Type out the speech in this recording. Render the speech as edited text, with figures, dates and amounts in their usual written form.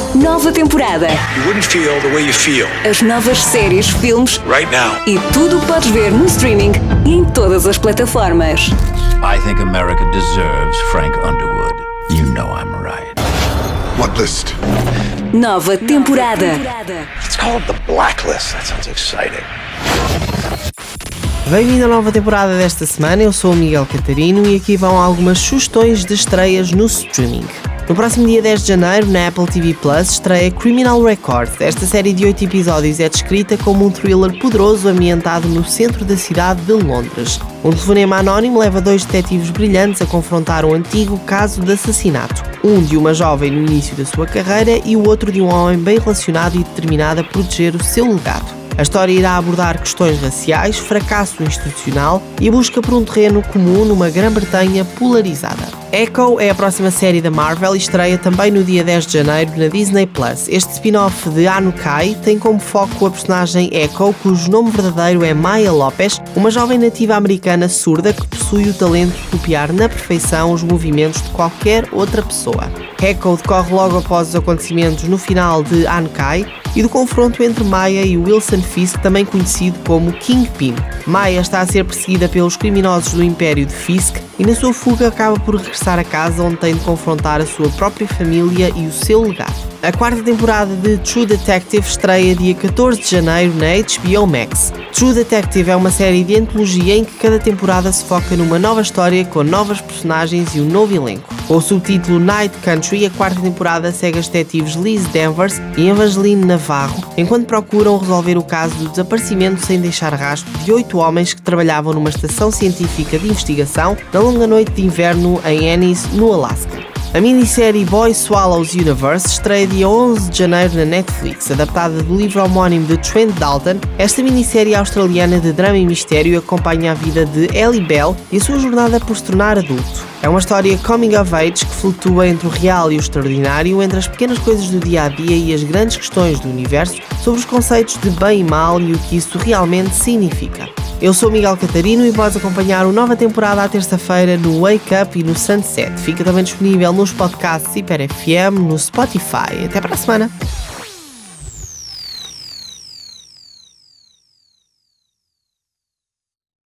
Nova temporada. You wouldn't feel the way you feel As novas séries, filmes right now. e tudo o que podes ver no streaming e em todas as plataformas. I think America deserves Frank Underwood. You know I'm right. What list? Nova temporada. It's called The Blacklist. That sounds exciting. Bem-vindo à nova temporada desta semana, eu sou o Miguel Catarino e aqui vão algumas sugestões de estreias no streaming. No próximo dia 10 de janeiro, na Apple TV Plus, estreia Criminal Record. Esta série de 8 episódios é descrita como um thriller poderoso ambientado no centro da cidade de Londres. Um telefonema anónimo leva 2 detetives brilhantes a confrontar um antigo caso de assassinato. Um de uma jovem no início da sua carreira e o outro de um homem bem relacionado e determinado a proteger o seu legado. A história irá abordar questões raciais, fracasso institucional e a busca por um terreno comum numa Grã-Bretanha polarizada. Echo é a próxima série da Marvel e estreia também no dia 10 de janeiro na Disney+. Este spin-off de Hanukkah tem como foco a personagem Echo, cujo nome verdadeiro é Maya Lopez, uma jovem nativa americana surda que possui o talento de copiar na perfeição os movimentos de qualquer outra pessoa. Echo decorre logo após os acontecimentos no final de Hanukkah e do confronto entre Maya e Wilson Fisk, também conhecido como Kingpin. Maya está a ser perseguida pelos criminosos do Império de Fisk e na sua fuga acaba por regressar a casa, onde tem de confrontar a sua própria família e o seu legado. A 4ª temporada de True Detective estreia dia 14 de janeiro na HBO Max. True Detective é uma série de antologia em que cada temporada se foca numa nova história com novas personagens e um novo elenco. Com o subtítulo Night Country, a 4ª temporada segue as detetives Liz Danvers e Evangeline Navarro enquanto procuram resolver o caso do desaparecimento sem deixar rastro de 8 homens que trabalhavam numa estação científica de investigação na longa noite de inverno em Ennis, no Alasca. A minissérie Boy Swallows Universe estreia dia 11 de janeiro na Netflix. Adaptada do livro homónimo de Trent Dalton, esta minissérie australiana de drama e mistério acompanha a vida de Ellie Bell e a sua jornada por se tornar adulto. É uma história coming of age que flutua entre o real e o extraordinário, entre as pequenas coisas do dia-a-dia e as grandes questões do universo, sobre os conceitos de bem e mal e o que isso realmente significa. Eu sou Miguel Catarino e podes acompanhar a nova temporada à terça-feira no Wake Up e no Sunset. Fica também disponível nos podcasts Hiper FM, no Spotify. Até para a semana!